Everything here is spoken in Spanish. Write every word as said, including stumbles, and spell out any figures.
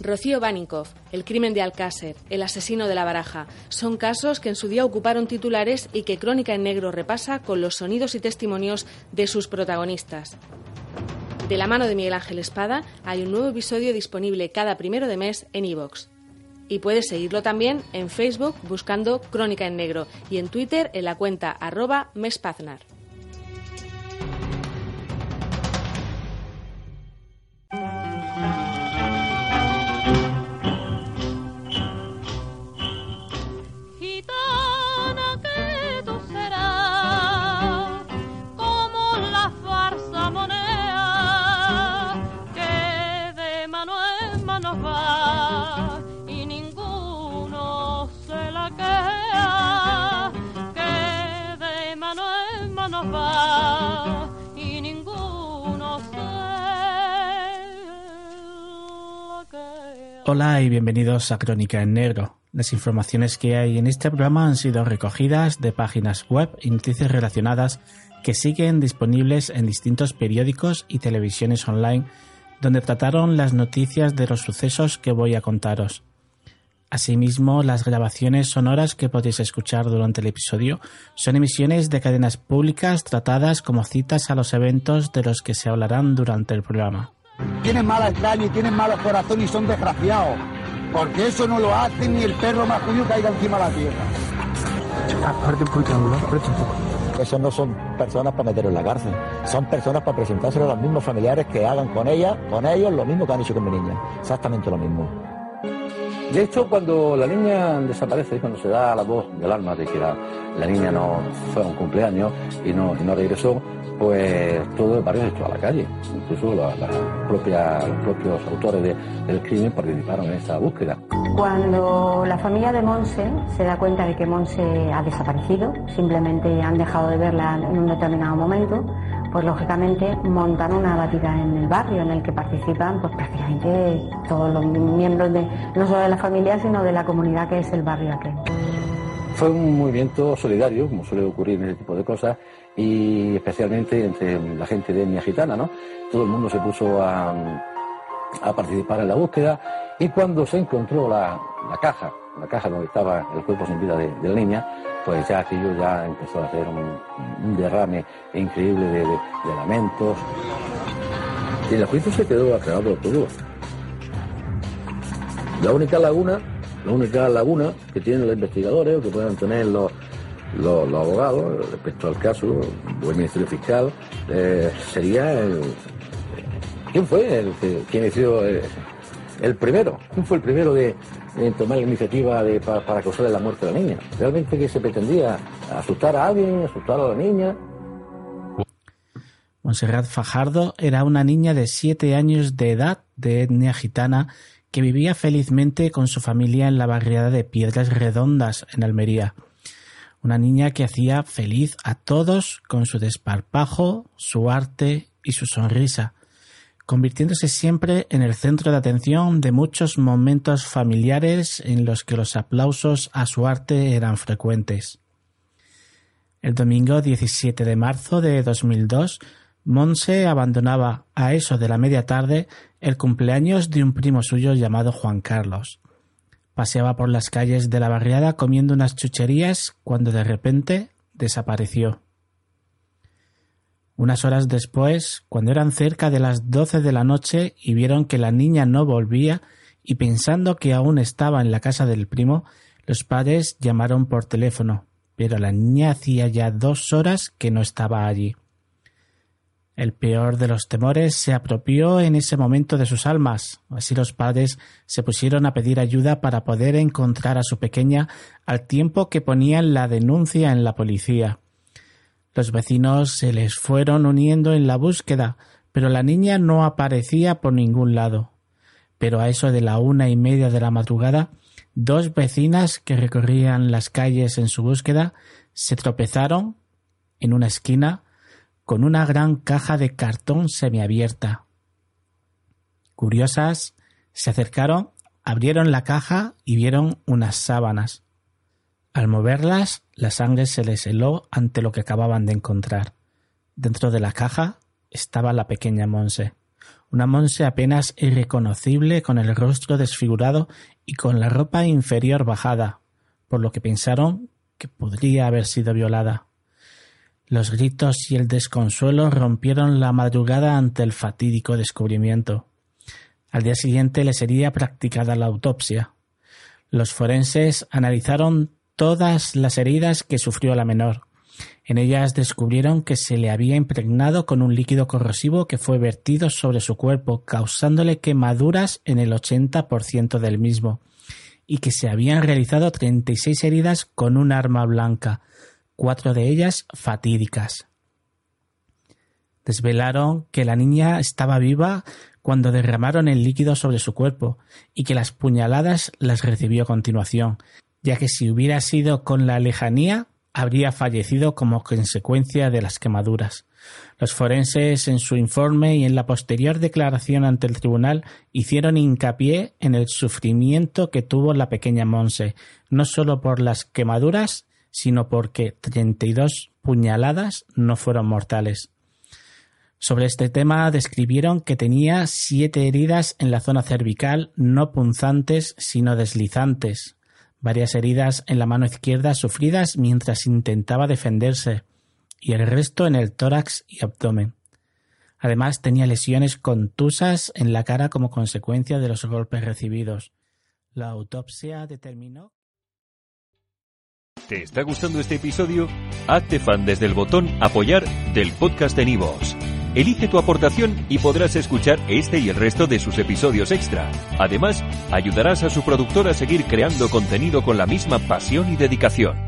Rocío Baninkoff, el crimen de Alcácer, el asesino de la Baraja, son casos que en su día ocuparon titulares y que Crónica en Negro repasa con los sonidos y testimonios de sus protagonistas. De la mano de Miguel Ángel Espada hay un nuevo episodio disponible cada primero de mes en iVoox. Y puedes seguirlo también en Facebook buscando Crónica en Negro y en Twitter en la cuenta arroba mespaznar. Hola y bienvenidos a Crónica en Negro. Las informaciones que hay en este programa han sido recogidas de páginas web y noticias relacionadas que siguen disponibles en distintos periódicos y televisiones online donde trataron las noticias de los sucesos que voy a contaros. Asimismo, las grabaciones sonoras que podéis escuchar durante el episodio son emisiones de cadenas públicas tratadas como citas a los eventos de los que se hablarán durante el programa. Tienen mala entraña y tienen malos corazones y son desgraciados, porque eso no lo hace ni el perro más judío que haya encima de la tierra. Aparte un poquito, ¿no? Aparte un poco. Esos no son personas para meterlos en la cárcel, son personas para presentárselo a los mismos familiares que hagan con ellas, con ellos lo mismo que han hecho con mi niña, exactamente lo mismo. De hecho, cuando la niña desaparece, cuando se da la voz del alma de que la, la niña no fue a un cumpleaños y no, y no regresó, pues todo el barrio se echó a la calle. Incluso la, la propia, los propios autores de, del crimen participaron en esa búsqueda. Cuando la familia de Monse se da cuenta de que Monse ha desaparecido, simplemente han dejado de verla en un determinado momento, pues lógicamente montan una batida en el barrio en el que participan pues prácticamente todos los miembros de no solo de la familia sino de la comunidad que es el barrio aquel. Fue un movimiento solidario, como suele ocurrir en ese tipo de cosas, y especialmente entre la gente de etnia gitana, ¿no? Todo el mundo se puso a, a participar en la búsqueda, y cuando se encontró la, la caja, la caja donde estaba el cuerpo sin vida de, de la niña, pues ya aquello ya empezó a hacer un, un derrame increíble de, de, de lamentos. Y el juicio se quedó aclarado todo. La única laguna, la única laguna que tienen los investigadores o que puedan tener los, los, los abogados respecto al caso o el Ministerio Fiscal eh, sería el, ¿quién fue el que quién hizo el, el primero? ¿Quién fue el primero de, de tomar la iniciativa de, para, para causarle la muerte a la niña? ¿Realmente que se pretendía asustar a alguien, asustar a la niña? Montserrat Fajardo era una niña de siete años de edad de etnia gitana que vivía felizmente con su familia en la barriada de Piedras Redondas, en Almería. Una niña que hacía feliz a todos con su desparpajo, su arte y su sonrisa, convirtiéndose siempre en el centro de atención de muchos momentos familiares en los que los aplausos a su arte eran frecuentes. El domingo diecisiete de marzo de dos mil dos, Monse abandonaba a eso de la media tarde el cumpleaños de un primo suyo llamado Juan Carlos. Paseaba por las calles de la barriada comiendo unas chucherías cuando de repente desapareció. Unas horas después, cuando eran cerca de las doce de la noche y vieron que la niña no volvía y pensando que aún estaba en la casa del primo, los padres llamaron por teléfono, pero la niña hacía ya dos horas que no estaba allí. El peor de los temores se apropió en ese momento de sus almas. Así los padres se pusieron a pedir ayuda para poder encontrar a su pequeña al tiempo que ponían la denuncia en la policía. Los vecinos se les fueron uniendo en la búsqueda, pero la niña no aparecía por ningún lado. Pero a eso de la una y media de la madrugada, dos vecinas que recorrían las calles en su búsqueda se tropezaron en una esquina con una gran caja de cartón semiabierta. Curiosas, se acercaron, abrieron la caja y vieron unas sábanas. Al moverlas, la sangre se les heló ante lo que acababan de encontrar. Dentro de la caja estaba la pequeña Monse, una Monse apenas irreconocible, con el rostro desfigurado y con la ropa inferior bajada, por lo que pensaron que podría haber sido violada. Los gritos y el desconsuelo rompieron la madrugada ante el fatídico descubrimiento. Al día siguiente le sería practicada la autopsia. Los forenses analizaron todas las heridas que sufrió la menor. En ellas descubrieron que se le había impregnado con un líquido corrosivo que fue vertido sobre su cuerpo, causándole quemaduras en el ochenta por ciento del mismo, y que se habían realizado treinta y seis heridas con un arma blanca, cuatro de ellas fatídicas. Desvelaron que la niña estaba viva cuando derramaron el líquido sobre su cuerpo y que las puñaladas las recibió a continuación, ya que si hubiera sido con la lejanía, habría fallecido como consecuencia de las quemaduras. Los forenses, en su informe y en la posterior declaración ante el tribunal, hicieron hincapié en el sufrimiento que tuvo la pequeña Monse, no solo por las quemaduras, sino porque treinta y dos puñaladas no fueron mortales. Sobre este tema describieron que tenía siete heridas en la zona cervical, no punzantes sino deslizantes, varias heridas en la mano izquierda sufridas mientras intentaba defenderse y el resto en el tórax y abdomen. Además tenía lesiones contusas en la cara como consecuencia de los golpes recibidos. La autopsia determinó. ¿Te está gustando este episodio? Hazte fan desde el botón Apoyar del podcast de Nivos. Elige tu aportación y podrás escuchar este y el resto de sus episodios extra. Además, ayudarás a su productor a seguir creando contenido con la misma pasión y dedicación.